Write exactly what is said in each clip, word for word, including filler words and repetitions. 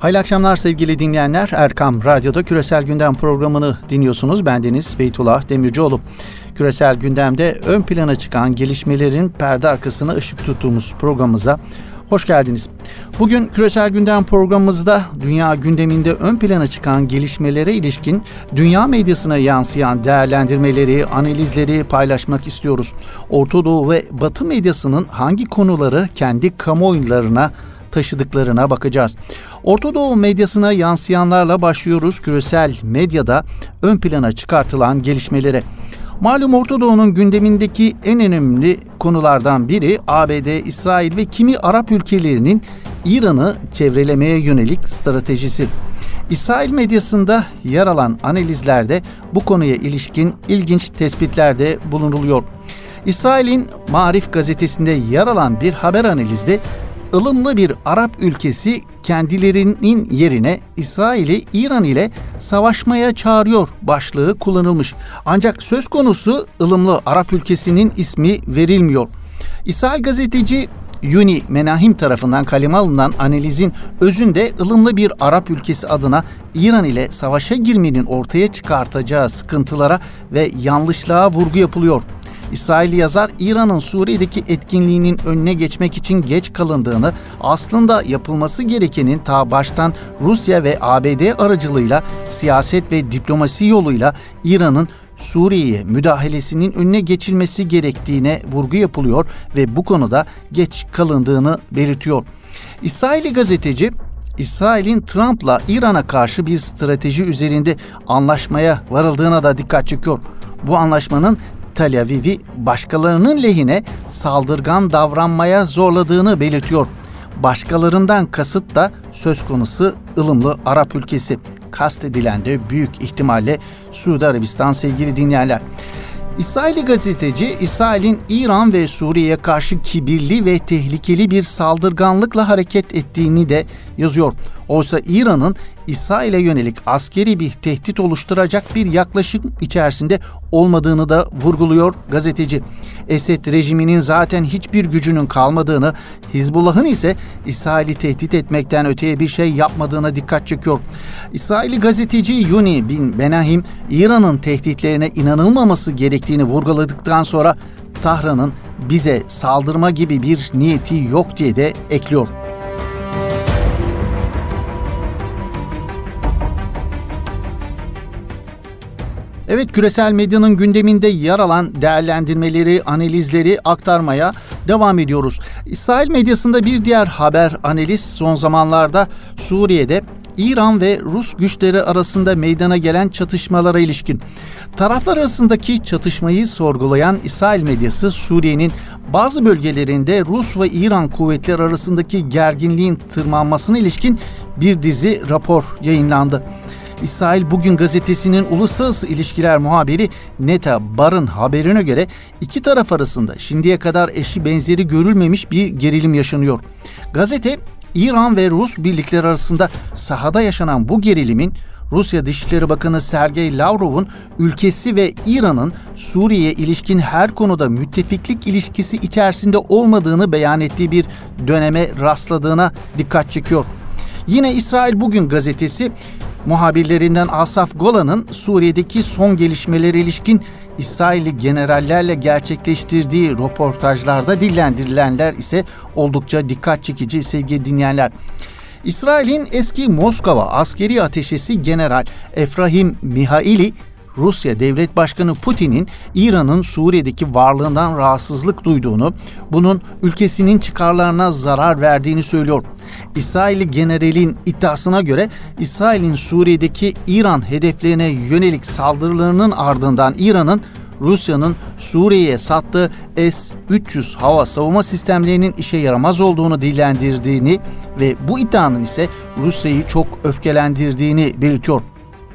Hayırlı akşamlar sevgili dinleyenler. Erkam Radyo'da Küresel Gündem programını dinliyorsunuz. Bendeniz Beytullah Demircioğlu. Küresel gündemde ön plana çıkan gelişmelerin perde arkasına ışık tuttuğumuz programımıza hoş geldiniz. Bugün Küresel Gündem programımızda dünya gündeminde ön plana çıkan gelişmelere ilişkin dünya medyasına yansıyan değerlendirmeleri, analizleri paylaşmak istiyoruz. Orta Doğu ve Batı medyasının hangi konuları kendi kamuoylarına taşıdıklarına bakacağız. Orta Doğu medyasına yansıyanlarla başlıyoruz. Küresel medyada ön plana çıkartılan gelişmelere. Malum Orta Doğu'nun gündemindeki en önemli konulardan biri A B D, İsrail ve kimi Arap ülkelerinin İran'ı çevrelemeye yönelik stratejisi. İsrail medyasında yer alan analizlerde bu konuya ilişkin ilginç tespitlerde bulunuluyor. İsrail'in Maarif gazetesinde yer alan bir haber analizde ılımlı bir Arap ülkesi kendilerinin yerine İsrail'i İran ile savaşmaya çağırıyor başlığı kullanılmış. Ancak söz konusu ılımlı Arap ülkesinin ismi verilmiyor. İsrail gazeteci Yuni Menahim tarafından kaleme alınan analizin özünde ılımlı bir Arap ülkesi adına İran ile savaşa girmenin ortaya çıkartacağı sıkıntılara ve yanlışlığa vurgu yapılıyor. İsrailli yazar, İran'ın Suriye'deki etkinliğinin önüne geçmek için geç kalındığını, aslında yapılması gerekenin ta baştan Rusya ve A B D aracılığıyla siyaset ve diplomasi yoluyla İran'ın Suriye'ye müdahalesinin önüne geçilmesi gerektiğine vurgu yapılıyor ve bu konuda geç kalındığını belirtiyor. İsrailli gazeteci, İsrail'in Trump'la İran'a karşı bir strateji üzerinde anlaşmaya varıldığına da dikkat çekiyor. Bu anlaşmanın Tel Aviv'i başkalarının lehine saldırgan davranmaya zorladığını belirtiyor. Başkalarından kasıt da söz konusu ılımlı Arap ülkesi. Kastedilen de büyük ihtimalle Suudi Arabistan sevgili dinleyenler. İsrailli gazeteci, İsrail'in İran ve Suriye'ye karşı kibirli ve tehlikeli bir saldırganlıkla hareket ettiğini de yazıyor. Oysa İran'ın İsrail'e yönelik askeri bir tehdit oluşturacak bir yaklaşım içerisinde olmadığını da vurguluyor gazeteci. Esed rejiminin zaten hiçbir gücünün kalmadığını, Hizbullah'ın ise İsrail'i tehdit etmekten öteye bir şey yapmadığına dikkat çekiyor. İsrailli gazeteci Yuni bin Menahim, İran'ın tehditlerine inanılmaması gerektiğini vurguladıktan sonra Tahran'ın bize saldırma gibi bir niyeti yok diye de ekliyor. Evet, küresel medyanın gündeminde yer alan değerlendirmeleri, analizleri aktarmaya devam ediyoruz. İsrail medyasında bir diğer haber analiz son zamanlarda Suriye'de İran ve Rus güçleri arasında meydana gelen çatışmalara ilişkin. Taraflar arasındaki çatışmayı sorgulayan İsrail medyası Suriye'nin bazı bölgelerinde Rus ve İran kuvvetleri arasındaki gerginliğin tırmanmasına ilişkin bir dizi rapor yayınlandı. İsrail Bugün gazetesinin uluslararası ilişkiler muhabiri Neta Bar'ın haberine göre iki taraf arasında şimdiye kadar eşi benzeri görülmemiş bir gerilim yaşanıyor. Gazete, İran ve Rus birlikleri arasında sahada yaşanan bu gerilimin Rusya Dışişleri Bakanı Sergey Lavrov'un ülkesi ve İran'ın Suriye'ye ilişkin her konuda müttefiklik ilişkisi içerisinde olmadığını beyan ettiği bir döneme rastladığına dikkat çekiyor. Yine İsrail Bugün gazetesi muhabirlerinden Asaf Golan'ın Suriye'deki son gelişmelere ilişkin İsrailli generallerle gerçekleştirdiği röportajlarda dillendirilenler ise oldukça dikkat çekici sevgili dinleyenler. İsrail'in eski Moskova askeri ateşesi General Efrahim Mihaili, Rusya Devlet Başkanı Putin'in İran'ın Suriye'deki varlığından rahatsızlık duyduğunu, bunun ülkesinin çıkarlarına zarar verdiğini söylüyor. İsrailli generalin iddiasına göre İsrail'in Suriye'deki İran hedeflerine yönelik saldırılarının ardından İran'ın Rusya'nın Suriye'ye sattığı S üç yüz hava savunma sistemlerinin işe yaramaz olduğunu dillendirdiğini ve bu iddianın ise Rusya'yı çok öfkelendirdiğini belirtiyor.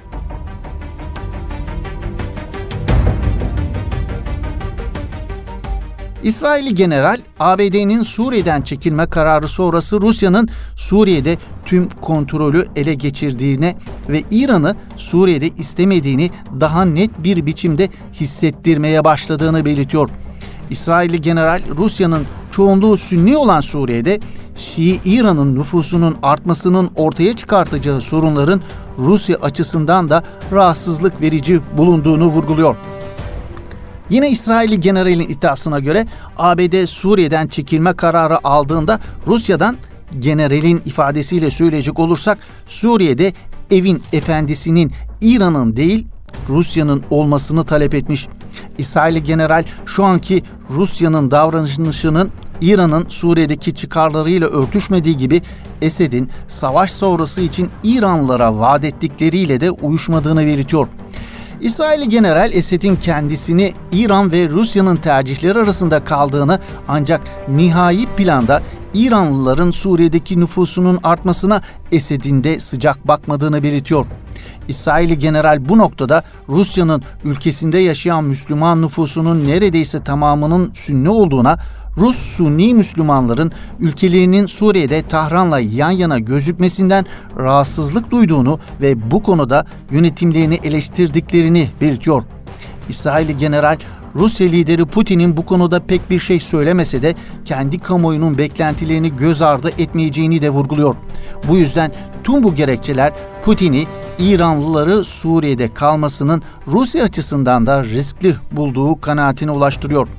İsrailli general, A B D'nin Suriye'den çekilme kararı sonrası Rusya'nın Suriye'de tüm kontrolü ele geçirdiğine ve İran'ı Suriye'de istemediğini daha net bir biçimde hissettirmeye başladığını belirtiyor. İsrailli general, Rusya'nın çoğunluğu Sünni olan Suriye'de Şii İran'ın nüfusunun artmasının ortaya çıkartacağı sorunların Rusya açısından da rahatsızlık verici bulunduğunu vurguluyor. Yine İsrailli generalin iddiasına göre A B D Suriye'den çekilme kararı aldığında Rusya'dan, generalin ifadesiyle söyleyecek olursak, Suriye'de evin efendisinin İran'ın değil Rusya'nın olmasını talep etmiş. İsrailli general şu anki Rusya'nın davranışının İran'ın Suriye'deki çıkarlarıyla örtüşmediği gibi Esed'in savaş sonrası için İranlılara vaat ettikleriyle de uyuşmadığını belirtiyor. İsrailli general Esed'in kendisini İran ve Rusya'nın tercihleri arasında kaldığını, ancak nihai planda İranlıların Suriye'deki nüfusunun artmasına Esed'in de sıcak bakmadığını belirtiyor. İsrailli general bu noktada Rusya'nın ülkesinde yaşayan Müslüman nüfusunun neredeyse tamamının Sünni olduğuna, Rus Sunni Müslümanların ülkelerinin Suriye'de Tahran'la yan yana gözükmesinden rahatsızlık duyduğunu ve bu konuda yönetimlerini eleştirdiklerini belirtiyor. İsrailli general, Rusya lideri Putin'in bu konuda pek bir şey söylemese de kendi kamuoyunun beklentilerini göz ardı etmeyeceğini de vurguluyor. Bu yüzden tüm bu gerekçeler Putin'i İranlıları Suriye'de kalmasının Rusya açısından da riskli bulduğu kanaatine ulaştırıyor.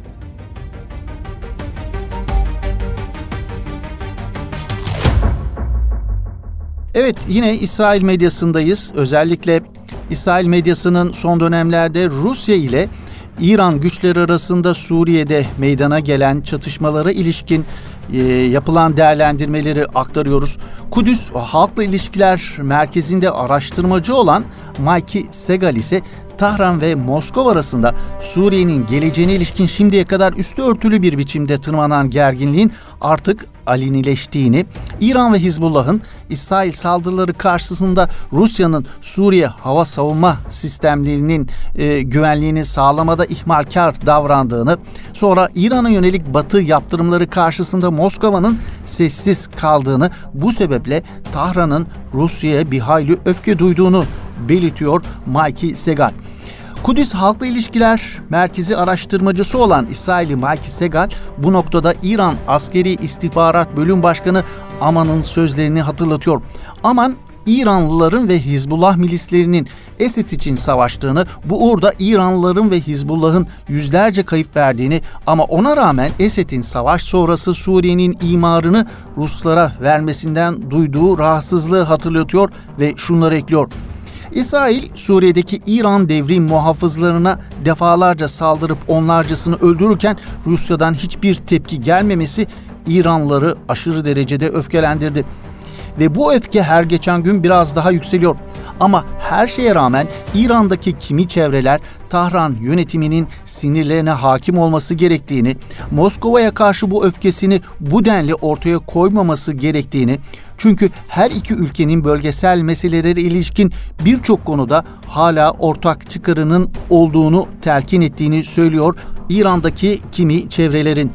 Evet, yine İsrail medyasındayız. Özellikle İsrail medyasının son dönemlerde Rusya ile İran güçleri arasında Suriye'de meydana gelen çatışmalara ilişkin e, yapılan değerlendirmeleri aktarıyoruz. Kudüs Halkla İlişkiler Merkezi'nde araştırmacı olan Mike Segal ise Tahran ve Moskova arasında Suriye'nin geleceğine ilişkin şimdiye kadar üstü örtülü bir biçimde tırmanan gerginliğin artık alenileştiğini, İran ve Hizbullah'ın İsrail saldırıları karşısında Rusya'nın Suriye hava savunma sistemlerinin e, güvenliğini sağlamada ihmalkar davrandığını, sonra İran'a yönelik Batı yaptırımları karşısında Moskova'nın sessiz kaldığını, bu sebeple Tahran'ın Rusya'ya bir hayli öfke duyduğunu belirtiyor Mike Segal. Kudüs Halkla İlişkiler Merkezi araştırmacısı olan İsrailli Mike Segal bu noktada İran Askeri İstihbarat Bölüm Başkanı Aman'ın sözlerini hatırlatıyor. Aman, İranlıların ve Hizbullah milislerinin Esed için savaştığını, bu uğurda İranlıların ve Hizbullah'ın yüzlerce kayıp verdiğini, ama ona rağmen Esed'in savaş sonrası Suriye'nin imarını Ruslara vermesinden duyduğu rahatsızlığı hatırlatıyor ve şunları ekliyor. İsrail, Suriye'deki İran devrim muhafızlarına defalarca saldırıp onlarcasını öldürürken Rusya'dan hiçbir tepki gelmemesi İranlıları aşırı derecede öfkelendirdi. Ve bu öfke her geçen gün biraz daha yükseliyor. Ama her şeye rağmen İran'daki kimi çevreler Tahran yönetiminin sinirlerine hakim olması gerektiğini, Moskova'ya karşı bu öfkesini bu denli ortaya koymaması gerektiğini, çünkü her iki ülkenin bölgesel meselelere ilişkin birçok konuda hala ortak çıkarının olduğunu telkin ettiğini söylüyor İran'daki kimi çevrelerin.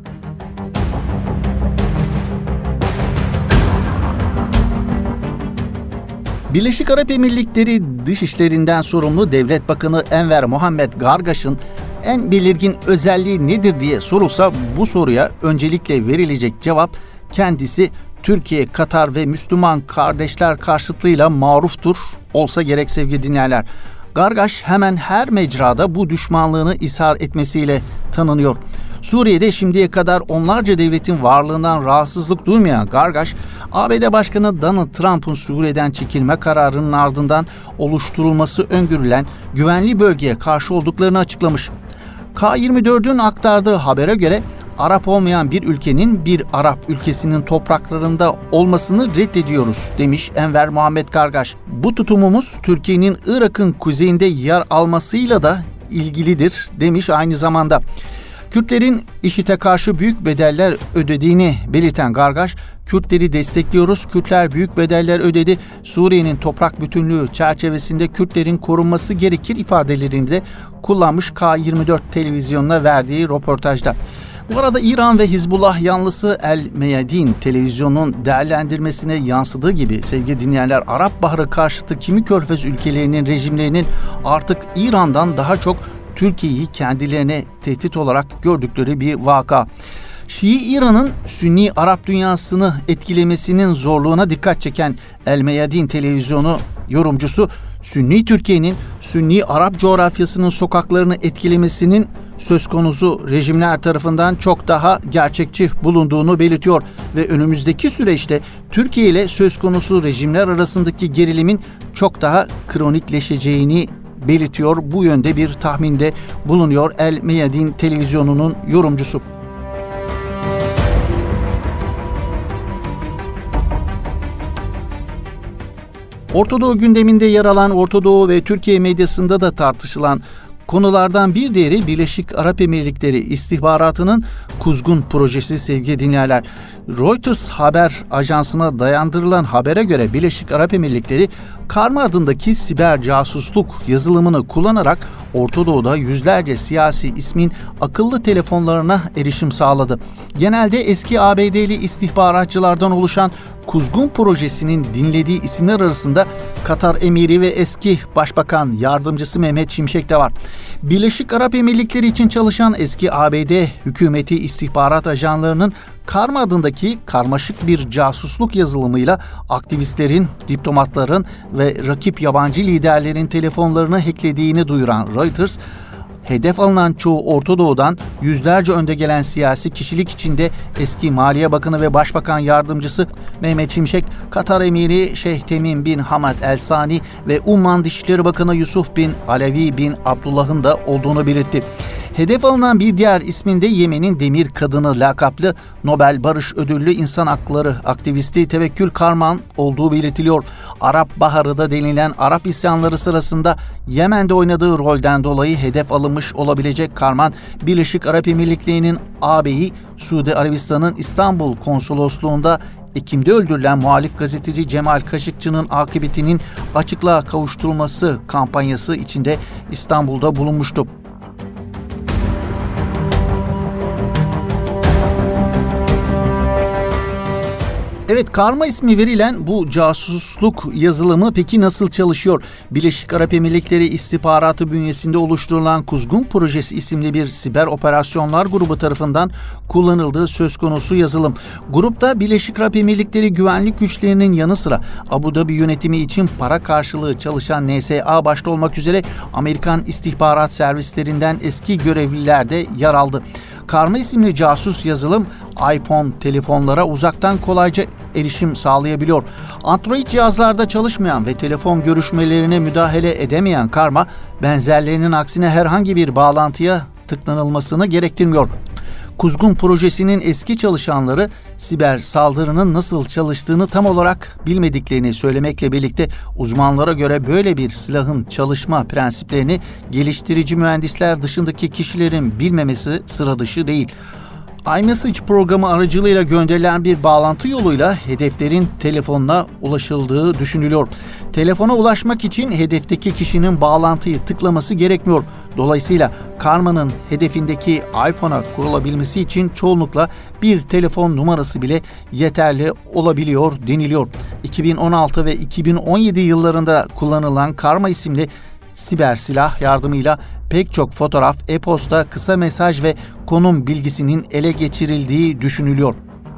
Birleşik Arap Emirlikleri Dışişlerinden sorumlu Devlet Bakanı Enver Muhammed Gargaş'ın en belirgin özelliği nedir diye sorulsa, bu soruya öncelikle verilecek cevap kendisi Türkiye, Katar ve Müslüman kardeşler karşıtlığıyla maruftur olsa gerek sevgili dinleyenler. Gargaş hemen her mecrada bu düşmanlığını ishar etmesiyle tanınıyor. Suriye'de şimdiye kadar onlarca devletin varlığından rahatsızlık duymayan Gargaş, A B D Başkanı Donald Trump'ın Suriye'den çekilme kararının ardından oluşturulması öngörülen güvenli bölgeye karşı olduklarını açıklamış. K yirmi dört'ün aktardığı habere göre Arap olmayan bir ülkenin bir Arap ülkesinin topraklarında olmasını reddediyoruz demiş Enver Muhammed Gargaş. Bu tutumumuz Türkiye'nin Irak'ın kuzeyinde yer almasıyla da ilgilidir demiş aynı zamanda. Kürtlerin IŞİD'e karşı büyük bedeller ödediğini belirten Gargaş, Kürtleri destekliyoruz, Kürtler büyük bedeller ödedi, Suriye'nin toprak bütünlüğü çerçevesinde Kürtlerin korunması gerekir ifadelerini de kullanmış K yirmi dört televizyonuna verdiği röportajda. Bu arada İran ve Hizbullah yanlısı El Meyadin televizyonunun değerlendirmesine yansıdığı gibi sevgili dinleyenler, Arap Baharı karşıtı kimi körfez ülkelerinin rejimlerinin artık İran'dan daha çok Türkiye'yi kendilerine tehdit olarak gördükleri bir vaka. Şii İran'ın Sünni Arap dünyasını etkilemesinin zorluğuna dikkat çeken El Meyadin televizyonu yorumcusu, Sünni Türkiye'nin Sünni Arap coğrafyasının sokaklarını etkilemesinin söz konusu rejimler tarafından çok daha gerçekçi bulunduğunu belirtiyor ve önümüzdeki süreçte Türkiye ile söz konusu rejimler arasındaki gerilimin çok daha kronikleşeceğini belirtiyor. Bu yönde bir tahminde bulunuyor El Meyadin televizyonunun yorumcusu. Orta Doğu gündeminde yer alan, Orta Doğu ve Türkiye medyasında da tartışılan konulardan bir diğeri Birleşik Arap Emirlikleri istihbaratının Kuzgun projesi sevgili dinleyenler. Reuters haber ajansına dayandırılan habere göre Birleşik Arap Emirlikleri Karma adındaki siber casusluk yazılımını kullanarak Orta Doğu'da yüzlerce siyasi ismin akıllı telefonlarına erişim sağladı. Genelde eski A B D'li istihbaratçılardan oluşan Kuzgun projesinin dinlediği isimler arasında Katar Emiri ve eski Başbakan Yardımcısı Mehmet Şimşek de var. Birleşik Arap Emirlikleri için çalışan eski A B D hükümeti istihbarat ajanlarının Karma adındaki karmaşık bir casusluk yazılımıyla aktivistlerin, diplomatların ve rakip yabancı liderlerin telefonlarını hacklediğini duyuran Reuters, hedef alınan çoğu Orta Doğu'dan yüzlerce önde gelen siyasi kişilik içinde eski Maliye Bakanı ve Başbakan Yardımcısı Mehmet Şimşek, Katar Emiri Şeyh Temim bin Hamad El Sani ve Umman Dışişleri Bakanı Yusuf bin Alevi bin Abdullah'ın da olduğunu belirtti. Hedef alınan bir diğer isminde Yemen'in Demir Kadını lakaplı Nobel Barış Ödüllü insan hakları aktivisti Tevekkül Karman olduğu belirtiliyor. Arap Baharı da denilen Arap isyanları sırasında Yemen'de oynadığı rolden dolayı hedef alınmış olabilecek Karman, Birleşik Arap Emirlikleri'nin ağabeyi Suudi Arabistan'ın İstanbul Konsolosluğu'nda Ekim'de öldürülen muhalif gazeteci Cemal Kaşıkçı'nın akıbetinin açıklığa kavuşturulması kampanyası içinde İstanbul'da bulunmuştu. Evet, Karma ismi verilen bu casusluk yazılımı peki nasıl çalışıyor? Birleşik Arap Emirlikleri istihbaratı bünyesinde oluşturulan Kuzgun Projesi isimli bir siber operasyonlar grubu tarafından kullanıldığı söz konusu yazılım. Grupta Birleşik Arap Emirlikleri güvenlik güçlerinin yanı sıra Abu Dhabi yönetimi için para karşılığı çalışan N S A başta olmak üzere Amerikan istihbarat servislerinden eski görevliler de yer aldı. Karma isimli casus yazılım iPhone telefonlara uzaktan kolayca erişim sağlayabiliyor. Android cihazlarda çalışmayan ve telefon görüşmelerine müdahale edemeyen Karma, benzerlerinin aksine herhangi bir bağlantıya tıklanılmasını gerektirmiyor. Kuzgun projesinin eski çalışanları siber saldırının nasıl çalıştığını tam olarak bilmediklerini söylemekle birlikte uzmanlara göre böyle bir silahın çalışma prensiplerini geliştirici mühendisler dışındaki kişilerin bilmemesi sıra dışı değil. iMessage programı aracılığıyla gönderilen bir bağlantı yoluyla hedeflerin telefonuna ulaşıldığı düşünülüyor. Telefona ulaşmak için hedefteki kişinin bağlantıyı tıklaması gerekmiyor. Dolayısıyla Karma'nın hedefindeki iPhone'a kurulabilmesi için çoğunlukla bir telefon numarası bile yeterli olabiliyor deniliyor. iki bin on altı ve iki bin on yedi yıllarında kullanılan Karma isimli siber silah yardımıyla pek çok fotoğraf, e-posta, kısa mesaj ve konum bilgisinin ele geçirildiği düşünülüyor.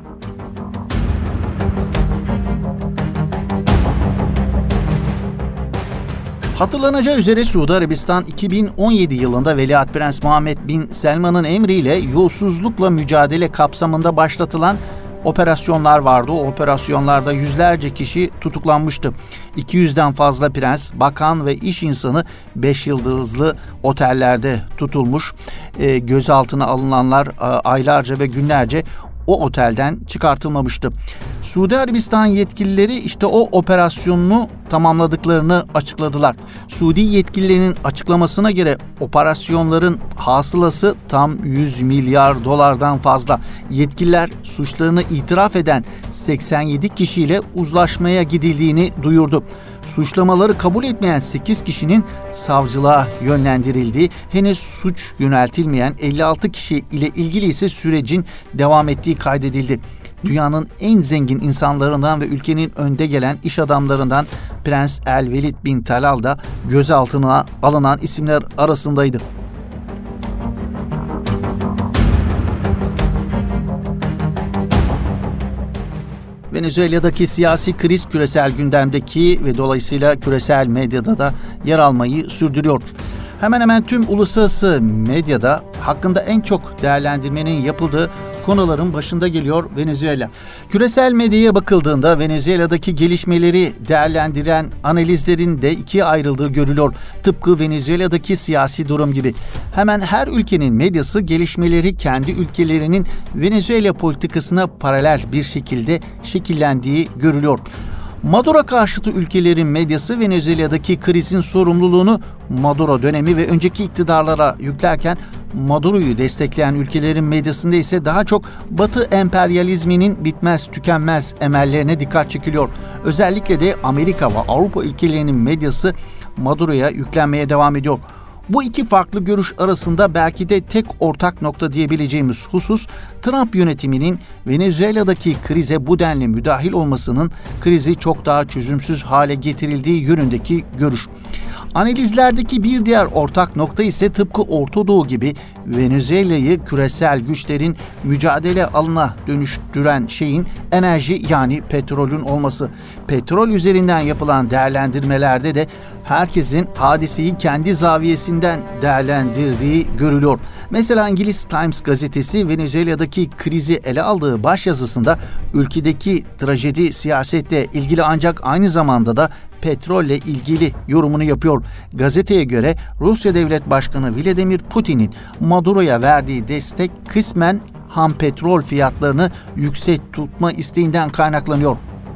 Hatırlanacağı üzere Suudi Arabistan iki bin on yedi yılında Veliaht Prens Muhammed bin Selman'ın emriyle yolsuzlukla mücadele kapsamında başlatılan operasyonlar vardı. O operasyonlarda yüzlerce kişi tutuklanmıştı. iki yüzden fazla prens, bakan ve iş insanı beş yıldızlı otellerde tutulmuş. E, gözaltına alınanlar e, aylarca ve günlerce o otelden çıkartılmamıştı. Suudi Arabistan yetkilileri işte o operasyonunu tamamladıklarını açıkladılar. Suudi yetkililerinin açıklamasına göre operasyonların hasılası tam yüz milyar dolardan fazla. Yetkililer suçlarını itiraf eden seksen yedi kişiyle uzlaşmaya gidildiğini duyurdu. Suçlamaları kabul etmeyen sekiz kişinin savcılığa yönlendirildiği, henüz suç yöneltilmeyen elli altı kişi ile ilgili ise sürecin devam ettiği kaydedildi. Dünyanın en zengin insanlarından ve ülkenin önde gelen iş adamlarından Prens El Velid bin Talal da gözaltına alınan isimler arasındaydı. Venezuela'daki siyasi kriz küresel gündemdeki ve dolayısıyla küresel medyada da yer almayı sürdürüyor. Hemen hemen tüm uluslararası medyada hakkında en çok değerlendirmenin yapıldığı konuların başında geliyor Venezuela. Küresel medyaya bakıldığında Venezuela'daki gelişmeleri değerlendiren analizlerin de ikiye ayrıldığı görülüyor. Tıpkı Venezuela'daki siyasi durum gibi. Hemen her ülkenin medyası gelişmeleri kendi ülkelerinin Venezuela politikasına paralel bir şekilde şekillendiği görülüyor. Maduro karşıtı ülkelerin medyası Venezuela'daki krizin sorumluluğunu Maduro dönemi ve önceki iktidarlara yüklerken Maduro'yu destekleyen ülkelerin medyasında ise daha çok Batı emperyalizminin bitmez tükenmez emellerine dikkat çekiliyor. Özellikle de Amerika ve Avrupa ülkelerinin medyası Maduro'ya yüklenmeye devam ediyor. Bu iki farklı görüş arasında belki de tek ortak nokta diyebileceğimiz husus Trump yönetiminin Venezuela'daki krize bu denli müdahil olmasının krizi çok daha çözümsüz hale getirildiği yönündeki görüş. Analizlerdeki bir diğer ortak nokta ise tıpkı Orta Doğu gibi Venezuela'yı küresel güçlerin mücadele alanına dönüştüren şeyin enerji yani petrolün olması. Petrol üzerinden yapılan değerlendirmelerde de herkesin hadiseyi kendi zaviyesinden değerlendirdiği görülüyor. Mesela İngiliz Times gazetesi Venezuela'daki krizi ele aldığı başyazısında ülkedeki trajedi siyasetle ilgili ancak aynı zamanda da petrolle ilgili yorumunu yapıyor. Gazeteye göre Rusya Devlet Başkanı Vladimir Putin'in Maduro'ya verdiği destek kısmen ham petrol fiyatlarını yüksek tutma isteğinden kaynaklanıyor.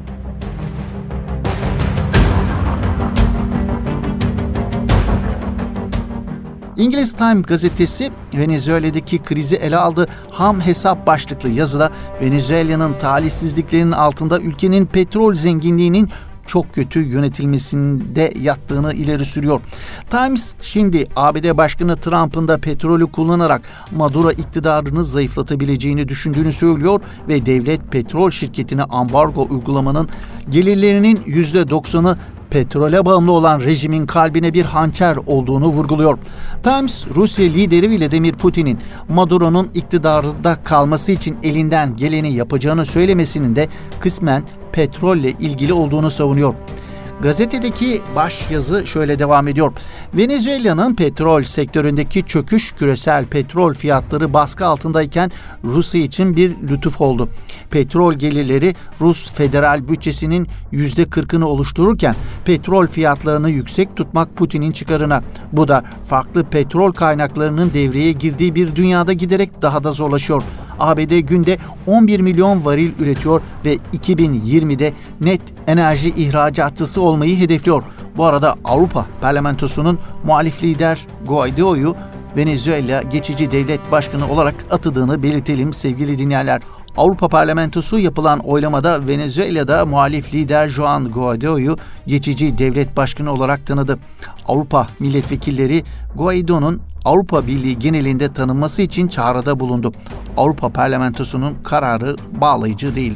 İngiliz Times gazetesi Venezuela'daki krizi ele aldı. Ham hesap başlıklı yazıda Venezuela'nın talihsizliklerinin altında ülkenin petrol zenginliğinin çok kötü yönetilmesinde yattığını ileri sürüyor. Times şimdi A B D Başkanı Trump'ın da petrolü kullanarak Maduro iktidarını zayıflatabileceğini düşündüğünü söylüyor ve devlet petrol şirketine ambargo uygulamanın gelirlerinin yüzde doksanı petrole bağımlı olan rejimin kalbine bir hançer olduğunu vurguluyor. Times, Rusya lideri Vladimir Putin'in Maduro'nun iktidarda kalması için elinden geleni yapacağını söylemesinin de kısmen petrolle ilgili olduğunu savunuyor. Gazetedeki başyazı şöyle devam ediyor. Venezuela'nın petrol sektöründeki çöküş küresel petrol fiyatları baskı altındayken Rusya için bir lütuf oldu. Petrol gelirleri Rus federal bütçesinin yüzde kırkını oluştururken petrol fiyatlarını yüksek tutmak Putin'in çıkarına. Bu da farklı petrol kaynaklarının devreye girdiği bir dünyada giderek daha da zorlaşıyor. A B D günde on bir milyon varil üretiyor ve iki bin yirmide net enerji ihracatçısı olmayı hedefliyor. Bu arada Avrupa Parlamentosu'nun muhalif lider Guaido'yu Venezuela geçici devlet başkanı olarak atadığını belirtelim sevgili dinleyenler. Avrupa Parlamentosu yapılan oylamada Venezuela'da muhalif lider Juan Guaido'yu geçici devlet başkanı olarak tanıdı. Avrupa milletvekilleri Guaido'nun Avrupa Birliği genelinde tanınması için çağrıda bulundu. Avrupa Parlamentosu'nun kararı bağlayıcı değil.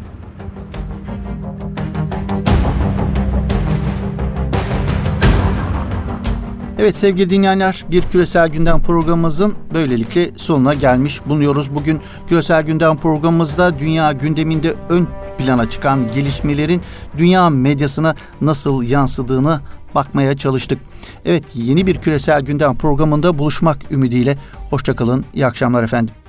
Evet sevgili dinleyenler, bir Küresel Gündem programımızın böylelikle sonuna gelmiş bulunuyoruz. Bugün Küresel Gündem programımızda dünya gündeminde ön plana çıkan gelişmelerin dünya medyasına nasıl yansıdığını bakmaya çalıştık. Evet, yeni bir Küresel Gündem programında buluşmak ümidiyle. Hoşça kalın, iyi akşamlar efendim.